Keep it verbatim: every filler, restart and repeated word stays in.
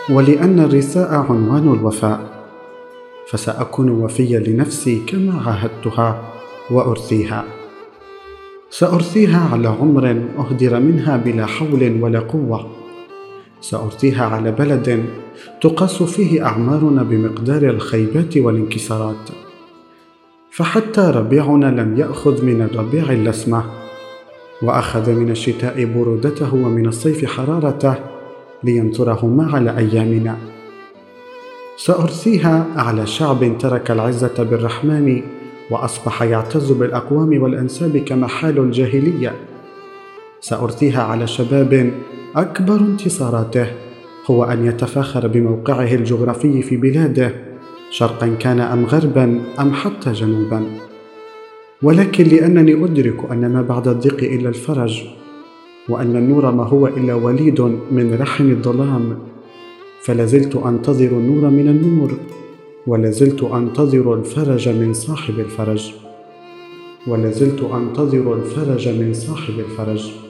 ولأن الرثاء عنوان الوفاء، فسأكون وفيا لنفسي كما عاهدتها وأرثيها. سأرثيها على عمر أهدر منها بلا حول ولا قوة. سأرثيها على بلد تقاس فيه أعمارنا بمقدار الخيبات والانكسارات، فحتى ربيعنا لم يأخذ من الربيع اللسمة، وأخذ من الشتاء برودته ومن الصيف حرارته لينثرهما على أيامنا. سأرثيها على شعب ترك العزة بالرحمن وأصبح يعتز بالأقوام والأنساب كمحال الجاهلية. سأرثيها على شباب أكبر انتصاراته هو أن يتفاخر بموقعه الجغرافي في بلاده، شرقا كان أم غربا أم حتى جنوبا. ولكن لأنني أدرك أن ما بعد الضيق إلا الفرج، وأن النور ما هو إلا وليد من رحم الظلام، فلازلت أنتظر النور من النور، ولازلت أنتظر الفرج من صاحب الفرج ولازلت أنتظر الفرج من صاحب الفرج